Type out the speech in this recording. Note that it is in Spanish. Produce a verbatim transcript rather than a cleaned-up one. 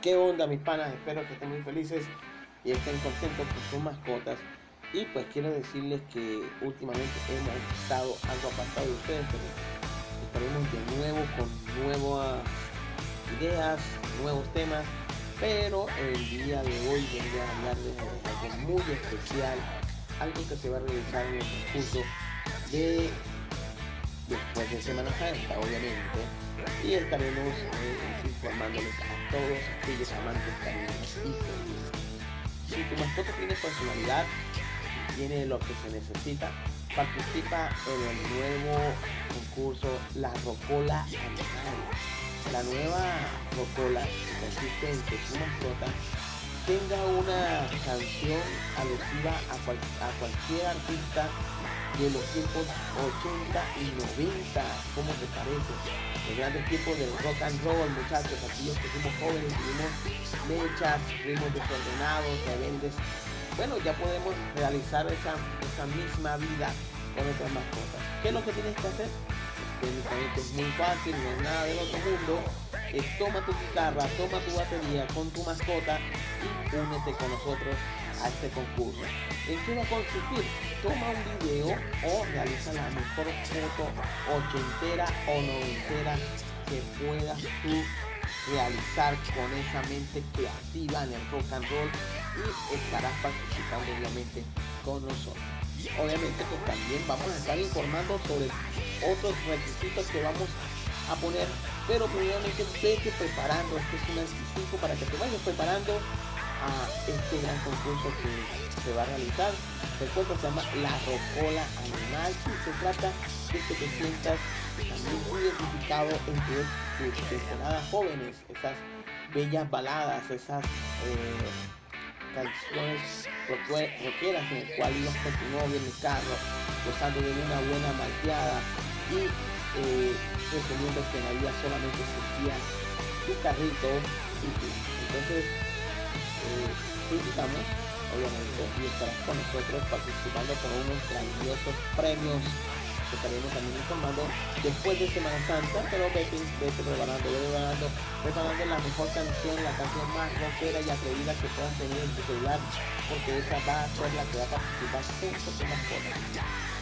¿Qué onda, mis panas? Espero que estén muy felices y estén contentos con sus mascotas. Y pues quiero decirles que últimamente hemos estado algo apartados de ustedes, pero estaremos de nuevo con nuevas ideas, nuevos temas. Pero el día de hoy vengo a hablarles de algo muy especial, algo que se va a realizar en el transcurso de después de Semana Santa, obviamente, y estaremos eh, informándoles a todos aquellos amantes caninos y felices. Si tu mascota tiene personalidad y tiene lo que se necesita, participa en el nuevo concurso La Rocola Animal. La nueva rocola consiste en que su mascota tenga una canción alusiva a, cual, a cualquier artista de los tiempos ochenta y noventa. ¿Cómo te parece? Los grandes tiempos del rock and roll, muchachos, aquellos que fuimos jóvenes, tuvimos mechas, fuimos desordenados, rebeldes. Bueno, ya podemos realizar esa, esa misma vida con nuestras mascotas. ¿Qué es lo que tienes que hacer? Técnicamente es muy fácil, no es nada del otro mundo. Eh, toma tu guitarra, toma tu batería con tu mascota y únete con nosotros a este concurso. ¿En qué va a consistir? Toma un video o realiza la mejor foto ochentera o noventera que puedas tú realizar con esa mente creativa en el rock and roll y estarás participando obviamente con nosotros. Obviamente que también vamos a estar informando sobre otros requisitos que vamos a poner, pero primeramente vete preparando. Este es un anticipo para que te vayas preparando a este gran concurso que se va a realizar. Recuerda, se llama La Rocola Animal y se trata de que te sientas también muy identificado entre tus temporadas jóvenes, esas bellas baladas, esas eh, canciones rockeras en el cual ibas con tu novio en el carro, gozando de una buena malteada y eh, resumiendo que en la vida solamente existía tu carrito y tú. Entonces, eh, te invitamos, obviamente, y estarás con nosotros participando con unos grandiosos premios que estaremos también informando después de Semana Santa. Pero vete, vete preparando, vete preparando, preparando la mejor canción, la canción más rockera y atrevida que puedas tener en tu celular, porque esa va a ser la que va a participar junto con las cosas.